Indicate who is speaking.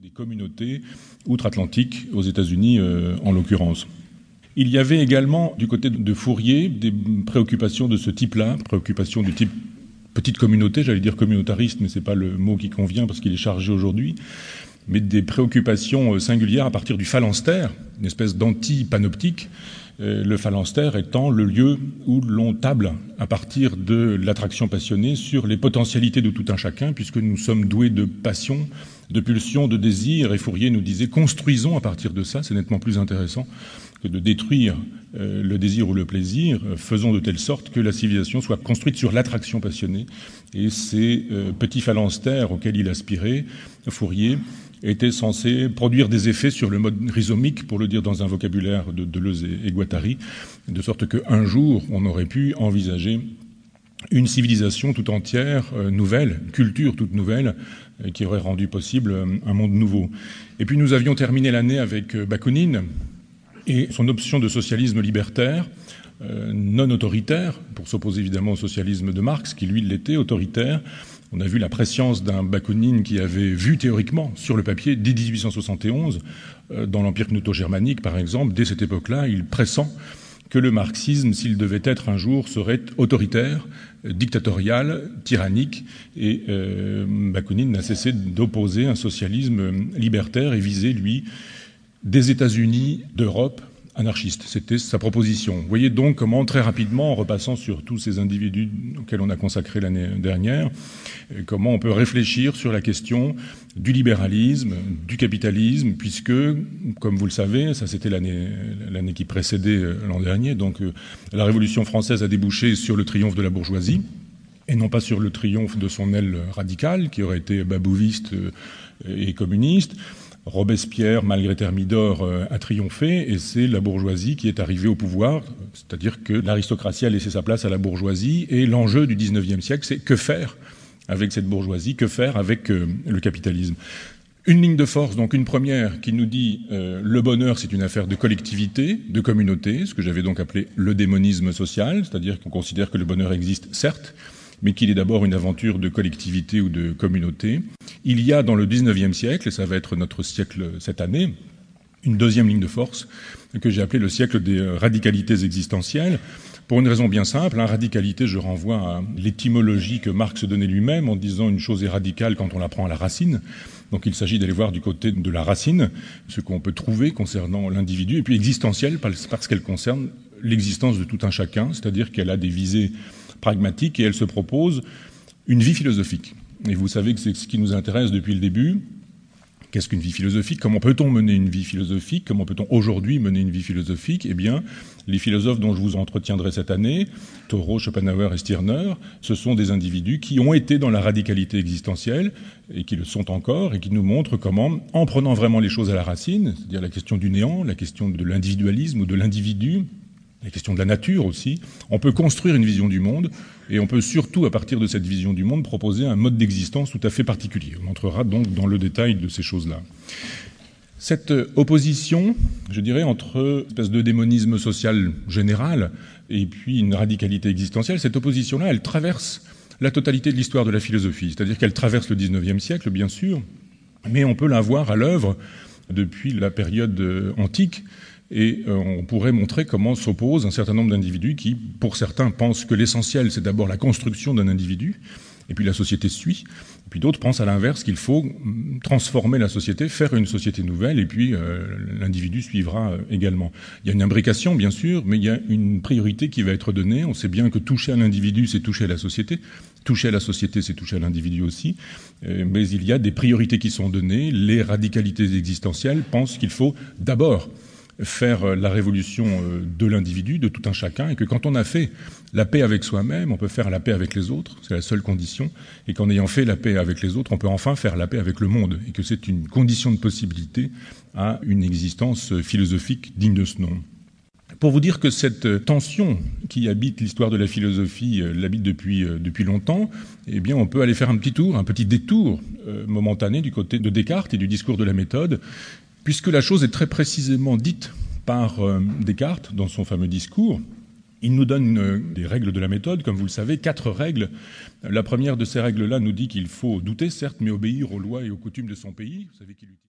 Speaker 1: des communautés outre-Atlantique, aux États-Unis en l'occurrence. Il y avait également, du côté de Fourier, des préoccupations de ce type-là, préoccupations du type petite communauté, j'allais dire communautariste, mais ce n'est pas le mot qui convient parce qu'il est chargé aujourd'hui, mais des préoccupations singulières à partir du phalanstère, une espèce d'anti-panoptique, le phalanstère étant le lieu où l'on table à partir de l'attraction passionnée sur les potentialités de tout un chacun, puisque nous sommes doués de passion, de pulsion, de désir, et Fourier nous disait « construisons à partir de ça », c'est nettement plus intéressant que de détruire le désir ou le plaisir, faisons de telle sorte que la civilisation soit construite sur l'attraction passionnée. Et ces petits phalanstères auxquels il aspirait, Fourier, étaient censés produire des effets sur le mode rhizomique, pour le dire dans un vocabulaire de Deleuze et Guattari, de sorte qu'un jour, on aurait pu envisager une civilisation tout entière nouvelle, une culture toute nouvelle, qui aurait rendu possible un monde nouveau. Et puis nous avions terminé l'année avec Bakounine, et son option de socialisme libertaire, non autoritaire, pour s'opposer évidemment au socialisme de Marx, qui lui l'était, autoritaire. On a vu la prescience d'un Bakounine qui avait vu théoriquement, sur le papier, dès 1871, dans l'Empire knuto-germanique par exemple, dès cette époque-là, il pressent que le marxisme, s'il devait être un jour, serait autoritaire, dictatorial, tyrannique, et Bakounine n'a cessé d'opposer un socialisme libertaire et visait, lui, des États-Unis, d'Europe, anarchistes. C'était sa proposition. Vous voyez donc comment, très rapidement, en repassant sur tous ces individus auxquels on a consacré l'année dernière, comment on peut réfléchir sur la question du libéralisme, du capitalisme, puisque, comme vous le savez, ça c'était l'année qui précédait l'an dernier, donc la Révolution française a débouché sur le triomphe de la bourgeoisie, et non pas sur le triomphe de son aile radicale, qui aurait été babouviste et communiste. Robespierre, malgré Thermidor, a triomphé, et c'est la bourgeoisie qui est arrivée au pouvoir, c'est-à-dire que l'aristocratie a laissé sa place à la bourgeoisie, et l'enjeu du XIXe siècle, c'est que faire avec cette bourgeoisie, que faire avec le capitalisme. Une ligne de force, donc une première, qui nous dit le bonheur, c'est une affaire de collectivité, de communauté, ce que j'avais donc appelé le démonisme social, c'est-à-dire qu'on considère que le bonheur existe, certes, mais qu'il est d'abord une aventure de collectivité ou de communauté. Il y a dans le XIXe siècle, et ça va être notre siècle cette année, une deuxième ligne de force que j'ai appelée le siècle des radicalités existentielles, pour une raison bien simple. Radicalité, je renvoie à l'étymologie que Marx donnait lui-même en disant une chose est radicale quand on la prend à la racine. Donc il s'agit d'aller voir du côté de la racine ce qu'on peut trouver concernant l'individu, et puis existentielle parce qu'elle concerne l'existence de tout un chacun, c'est-à-dire qu'elle a des visées pragmatique, et elle se propose une vie philosophique. Et vous savez que c'est ce qui nous intéresse depuis le début. Qu'est-ce qu'une vie philosophique? Comment peut-on mener une vie philosophique? Comment peut-on aujourd'hui mener une vie philosophique? Eh bien, les philosophes dont je vous entretiendrai cette année, Thoreau, Schopenhauer et Stirner, ce sont des individus qui ont été dans la radicalité existentielle, et qui le sont encore, et qui nous montrent comment, en prenant vraiment les choses à la racine, c'est-à-dire la question du néant, la question de l'individualisme ou de l'individu, la question de la nature aussi, on peut construire une vision du monde, et on peut surtout, à partir de cette vision du monde, proposer un mode d'existence tout à fait particulier. On entrera donc dans le détail de ces choses-là. Cette opposition, je dirais, entre une espèce de démonisme social général et puis une radicalité existentielle, cette opposition-là, elle traverse la totalité de l'histoire de la philosophie. C'est-à-dire qu'elle traverse le XIXe siècle, bien sûr, mais on peut la voir à l'œuvre depuis la période antique. Et on pourrait montrer comment s'opposent un certain nombre d'individus qui, pour certains, pensent que l'essentiel, c'est d'abord la construction d'un individu, et puis la société suit. Et puis d'autres pensent à l'inverse, qu'il faut transformer la société, faire une société nouvelle, et puis l'individu suivra également. Il y a une imbrication, bien sûr, mais il y a une priorité qui va être donnée. On sait bien que toucher à l'individu, c'est toucher à la société. Toucher à la société, c'est toucher à l'individu aussi. Mais il y a des priorités qui sont données. Les radicalités existentielles pensent qu'il faut d'abord faire la révolution de l'individu, de tout un chacun, et que quand on a fait la paix avec soi-même, on peut faire la paix avec les autres, c'est la seule condition, et qu'en ayant fait la paix avec les autres, on peut enfin faire la paix avec le monde, et que c'est une condition de possibilité à une existence philosophique digne de ce nom. Pour vous dire que cette tension qui habite l'histoire de la philosophie l'habite depuis longtemps, eh bien on peut aller faire un petit détour momentané du côté de Descartes et du discours de la méthode, puisque la chose est très précisément dite par Descartes dans son fameux discours. Il nous donne des règles de la méthode, comme vous le savez, 4 règles. La première de ces règles-là nous dit qu'il faut douter, certes, mais obéir aux lois et aux coutumes de son pays. Vous savez qu'il utilise